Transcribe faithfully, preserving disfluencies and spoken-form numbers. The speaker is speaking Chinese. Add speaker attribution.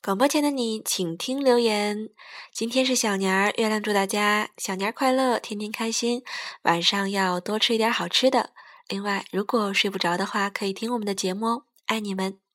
Speaker 1: 广播前的你，请听留言。今天是小年儿，月亮祝大家小年儿快乐，天天开心。晚上要多吃一点好吃的。另外，如果睡不着的话，可以听我们的节目哦。爱你们。